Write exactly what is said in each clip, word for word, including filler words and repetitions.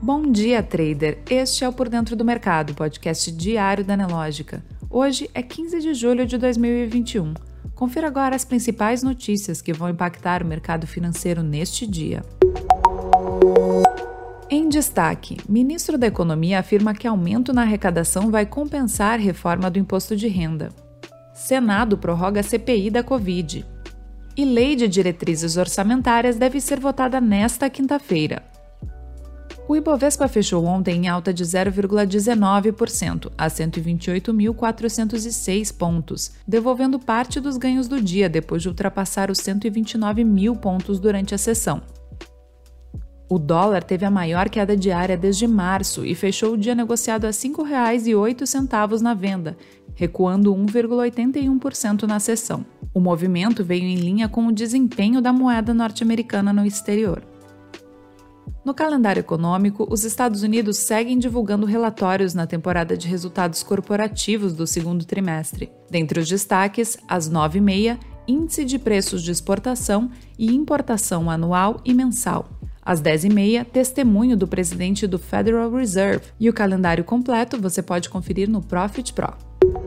Bom dia, trader! Este é o Por Dentro do Mercado, podcast diário da Nelogica. Hoje é quinze de julho de dois mil e vinte e um. Confira agora as principais notícias que vão impactar o mercado financeiro neste dia. Em destaque, ministro da Economia afirma que aumento na arrecadação vai compensar reforma do imposto de renda. Senado prorroga a C P I da Covid. E lei de diretrizes orçamentárias deve ser votada nesta quinta-feira. O Ibovespa fechou ontem em alta de zero vírgula dezenove por cento, a cento e vinte e oito mil quatrocentos e seis pontos, devolvendo parte dos ganhos do dia depois de ultrapassar os cento e vinte e nove mil pontos durante a sessão. O dólar teve a maior queda diária desde março e fechou o dia negociado a cinco reais e oito centavos na venda, recuando um vírgula oitenta e um por cento na sessão. O movimento veio em linha com o desempenho da moeda norte-americana no exterior. No calendário econômico, os Estados Unidos seguem divulgando relatórios na temporada de resultados corporativos do segundo trimestre. Dentre os destaques, às nove e meia, índice de preços de exportação e importação anual e mensal. Às dez e meia, testemunho do presidente do Federal Reserve. E o calendário completo você pode conferir no Profit Pro.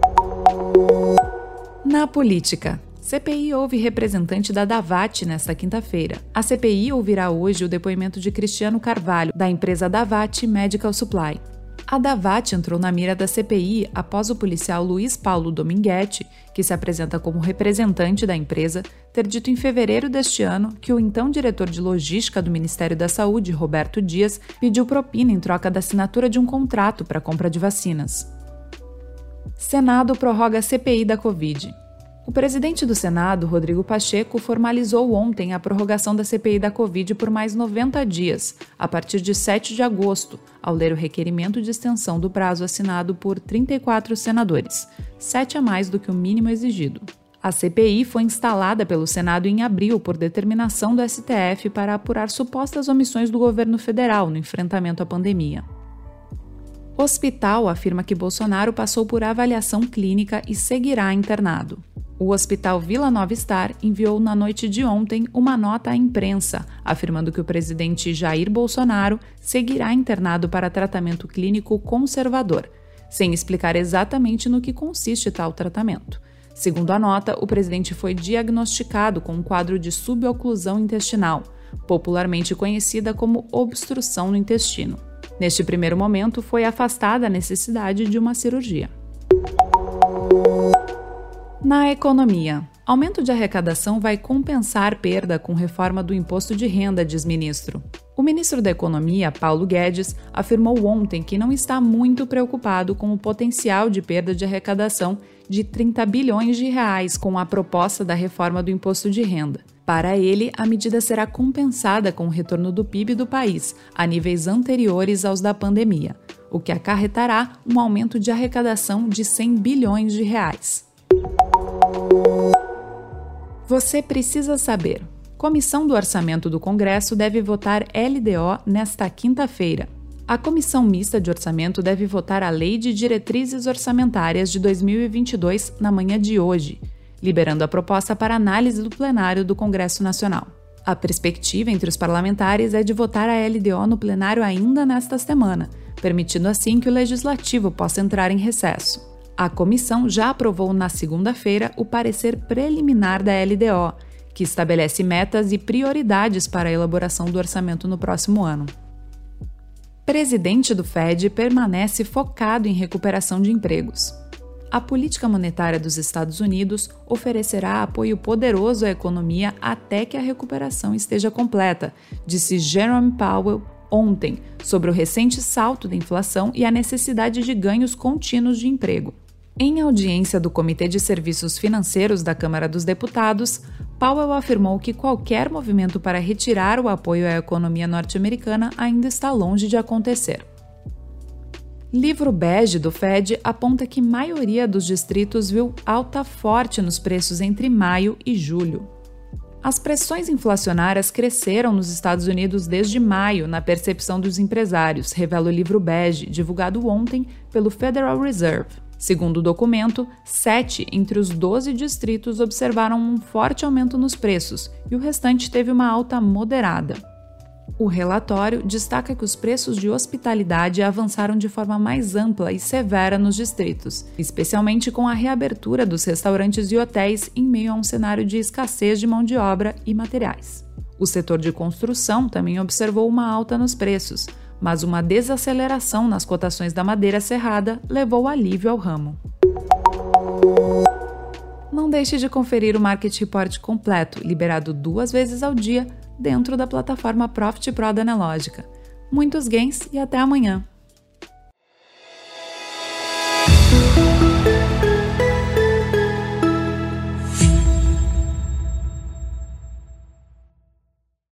Na política, C P I ouve representante da Davat nesta quinta-feira. A C P I ouvirá hoje o depoimento de Cristiano Carvalho, da empresa Davat Medical Supply. A Davat entrou na mira da C P I após o policial Luiz Paulo Dominguete, que se apresenta como representante da empresa, ter dito em fevereiro deste ano que o então diretor de logística do Ministério da Saúde, Roberto Dias, pediu propina em troca da assinatura de um contrato para a compra de vacinas. Senado prorroga a C P I da Covid. O presidente do Senado, Rodrigo Pacheco, formalizou ontem a prorrogação da C P I da Covid por mais noventa dias, a partir de sete de agosto, ao ler o requerimento de extensão do prazo assinado por trinta e quatro senadores, sete a mais do que o mínimo exigido. A C P I foi instalada pelo Senado em abril por determinação do S T F para apurar supostas omissões do governo federal no enfrentamento à pandemia. O hospital afirma que Bolsonaro passou por avaliação clínica e seguirá internado. O Hospital Vila Nova Star enviou na noite de ontem uma nota à imprensa, afirmando que o presidente Jair Bolsonaro seguirá internado para tratamento clínico conservador, sem explicar exatamente no que consiste tal tratamento. Segundo a nota, o presidente foi diagnosticado com um quadro de suboclusão intestinal, popularmente conhecida como obstrução no intestino. Neste primeiro momento, foi afastada a necessidade de uma cirurgia. Na economia, aumento de arrecadação vai compensar perda com reforma do imposto de renda, diz ministro. O ministro da Economia, Paulo Guedes, afirmou ontem que não está muito preocupado com o potencial de perda de arrecadação de trinta bilhões de reais com a proposta da reforma do imposto de renda. Para ele, a medida será compensada com o retorno do P I B do país a níveis anteriores aos da pandemia, o que acarretará um aumento de arrecadação de cem bilhões de reais. Você precisa saber. Comissão do Orçamento do Congresso deve votar L D O nesta quinta-feira. A Comissão Mista de Orçamento deve votar a Lei de Diretrizes Orçamentárias de dois mil e vinte e dois na manhã de hoje, liberando a proposta para análise do plenário do Congresso Nacional. A perspectiva entre os parlamentares é de votar a L D O no plenário ainda nesta semana, permitindo assim que o Legislativo possa entrar em recesso. A comissão já aprovou na segunda-feira o parecer preliminar da L D O, que estabelece metas e prioridades para a elaboração do orçamento no próximo ano. Presidente do Fed permanece focado em recuperação de empregos. A política monetária dos Estados Unidos oferecerá apoio poderoso à economia até que a recuperação esteja completa, disse Jerome Powell ontem, sobre o recente salto da inflação e a necessidade de ganhos contínuos de emprego. Em audiência do Comitê de Serviços Financeiros da Câmara dos Deputados, Powell afirmou que qualquer movimento para retirar o apoio à economia norte-americana ainda está longe de acontecer. Livro bege do Fed aponta que a maioria dos distritos viu alta forte nos preços entre maio e julho. As pressões inflacionárias cresceram nos Estados Unidos desde maio na percepção dos empresários, revela o livro bege, divulgado ontem pelo Federal Reserve. Segundo o documento, sete entre os doze distritos observaram um forte aumento nos preços e o restante teve uma alta moderada. O relatório destaca que os preços de hospitalidade avançaram de forma mais ampla e severa nos distritos, especialmente com a reabertura dos restaurantes e hotéis em meio a um cenário de escassez de mão de obra e materiais. O setor de construção também observou uma alta nos preços, mas uma desaceleração nas cotações da madeira serrada levou alívio ao ramo. Não deixe de conferir o Market Report completo, liberado duas vezes ao dia, dentro da plataforma Profit Pro da Analogica. Muitos gains e até amanhã!